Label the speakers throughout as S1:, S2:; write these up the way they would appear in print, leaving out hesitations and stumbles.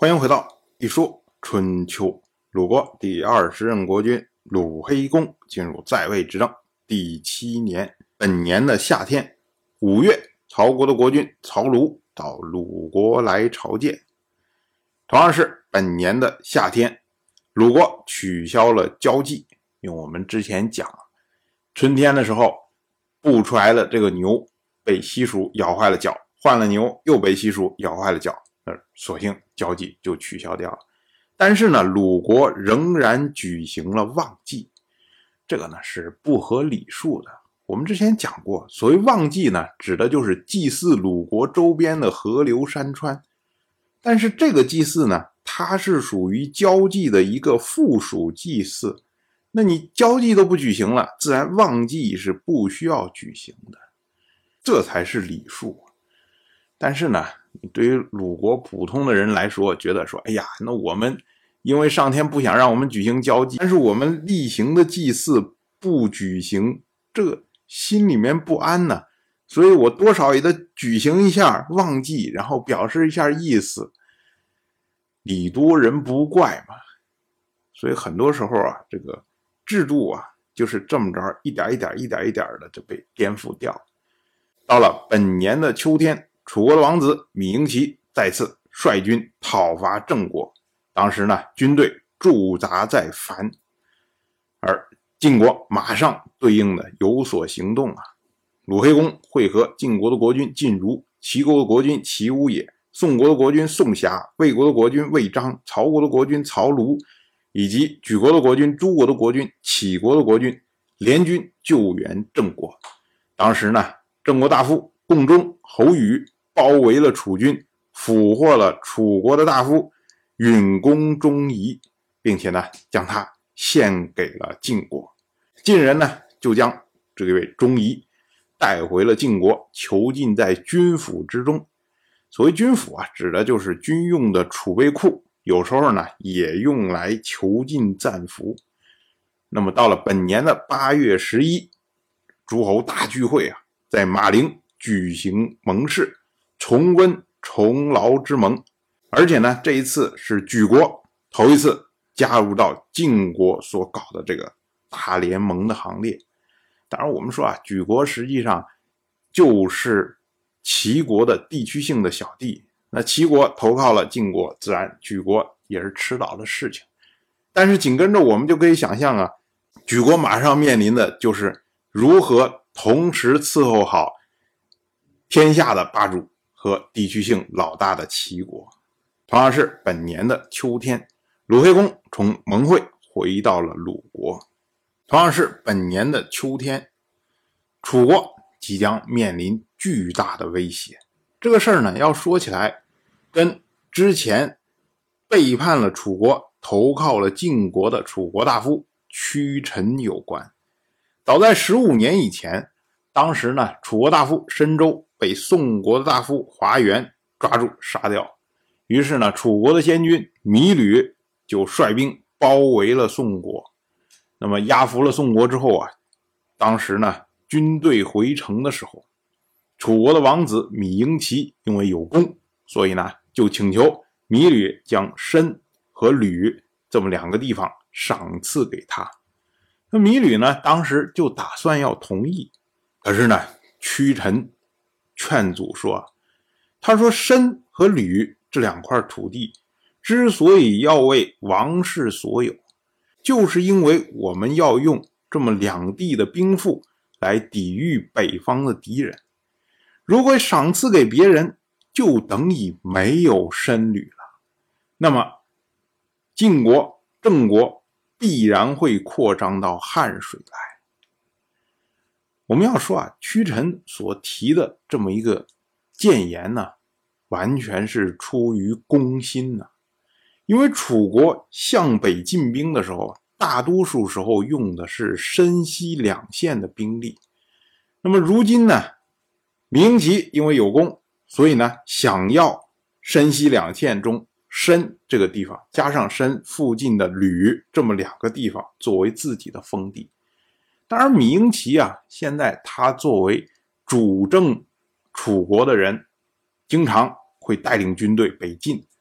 S1: 欢迎回到一说春秋。鲁国第20任国君鲁黑公进入在位执政第7年，本年的夏天5月，曹国的国君曹庐到鲁国来朝见。同样是本年的夏天，鲁国取消了交际，因为我们之前讲春天的时候布出来的这个牛被西蜀咬坏了脚，换了牛又被西蜀咬坏了脚，索性交际就取消掉了。但是呢，鲁国仍然举行了旺季，这个呢是不合礼数的。我们之前讲过，所谓旺季呢，指的就是祭祀鲁国周边的河流山川。但是这个祭祀呢，它是属于交际的一个附属祭祀，那你交际都不举行了，自然旺季是不需要举行的，这才是礼数。但是呢，对于鲁国普通的人来说，觉得说，哎呀，那我们因为上天不想让我们举行交际，但是我们例行的祭祀不举行，这个心里面不安呢，所以我多少也得举行一下旺季，然后表示一下意思，礼多人不怪嘛。所以很多时候啊，这个制度啊，就是这么着一点一点的就被颠覆掉。到了本年的秋天，楚国的王子芈赢齐再次率军讨伐郑国，当时呢，军队驻扎在樊，而晋国马上对应的有所行动啊。鲁黑公会合晋国的国君晋如、齐国的国君齐无野、宋国的国君宋瑕、魏国的国君魏章、曹国的国君曹庐，以及莒国的国君、诸国的国君、杞国的国君，联军救援郑国。当时呢，郑国大夫共中、侯宇包围了楚军，俘获了楚国的大夫允公钟仪，并且呢，将他献给了晋国。晋人呢，就将这位钟仪带回了晋国，囚禁在军府之中。所谓军府啊，指的就是军用的储备库，有时候呢，也用来囚禁战俘。那么到了本年的8月11，诸侯大聚会啊，在马陵举行盟誓，重温重劳之盟。而且呢，这一次是莒国头一次加入到晋国所搞的这个大联盟的行列。当然我们说啊，莒国实际上就是齐国的地区性的小弟，那齐国投靠了晋国，自然莒国也是迟早的事情。但是紧跟着我们就可以想象啊，莒国马上面临的就是如何同时伺候好天下的霸主和地区性老大的齐国。同样是本年的秋天，鲁黑公从盟会回到了鲁国。同样是本年的秋天，楚国即将面临巨大的威胁。这个事儿呢，要说起来跟之前背叛了楚国投靠了晋国的楚国大夫屈臣有关。早在15年以前，当时呢，楚国大夫申州被宋国的大夫华元抓住杀掉，于是呢，楚国的先君芈吕就率兵包围了宋国。那么压服了宋国之后啊，当时呢，军队回城的时候，楚国的王子芈赢齐因为有功，所以呢，就请求芈吕将申和吕这么2个地方赏赐给他。那芈吕呢，当时就打算要同意，可是呢，屈臣劝阻说，他说申和吕这2块土地之所以要为王室所有，就是因为我们要用这么2地的兵赋来抵御北方的敌人，如果赏赐给别人，就等于没有申吕了，那么晋国、郑国必然会扩张到汉水来。我们要说啊，屈臣所提的这么一个谏言呢，完全是出于公心呢。因为楚国向北进兵的时候，大多数时候用的是申西2县的兵力。那么如今呢，芈赢齐因为有功，所以呢，想要申西2县中申这个地方加上申附近的吕这么2个地方作为自己的封地。当然芈赢齐啊，现在他作为主政楚国的人，经常会带领军队北进。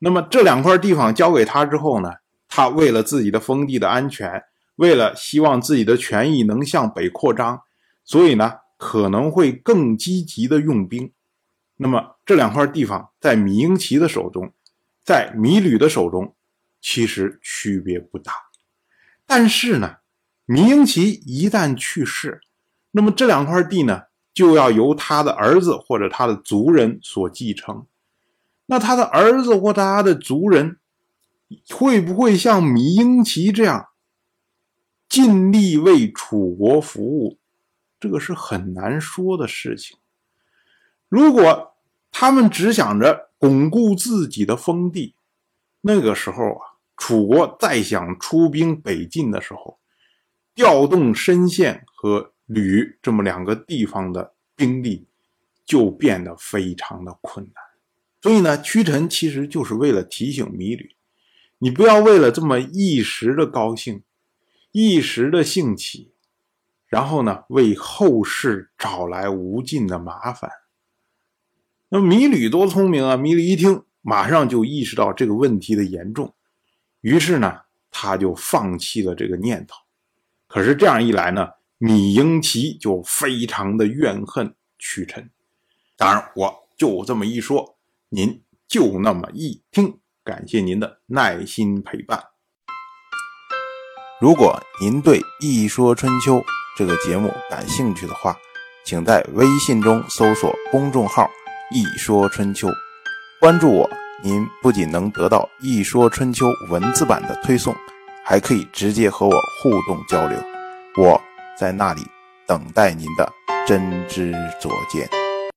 S1: 那么这2块地方交给他之后呢，他为了自己的封地的安全，为了希望自己的权益能向北扩张，所以呢可能会更积极的用兵。那么这2块地方在米英奇的手中，在米吕的手中其实区别不大。但是呢，米英奇一旦去世，那么这2块地呢就要由他的儿子或者他的族人所继承。那他的儿子或他的族人会不会像米英奇这样尽力为楚国服务，这个是很难说的事情。如果他们只想着巩固自己的封地，那个时候楚国再想出兵北进的时候，调动申县和吕这么2个地方的兵力就变得非常的困难。所以呢，屈臣其实就是为了提醒米吕，你不要为了这么一时的高兴，一时的兴起，然后呢为后世找来无尽的麻烦。那米吕多聪明啊，米吕一听马上就意识到这个问题的严重，于是呢他就放弃了这个念头。可是这样一来呢，米英奇就非常的怨恨屈臣。当然我就这么一说，您就那么一听，感谢您的耐心陪伴。
S2: 如果您对《一说春秋》这个节目感兴趣的话，请在微信中搜索公众号“一说春秋”，关注我，您不仅能得到《一说春秋》文字版的推送，还可以直接和我互动交流。我在那里等待您的真知灼见。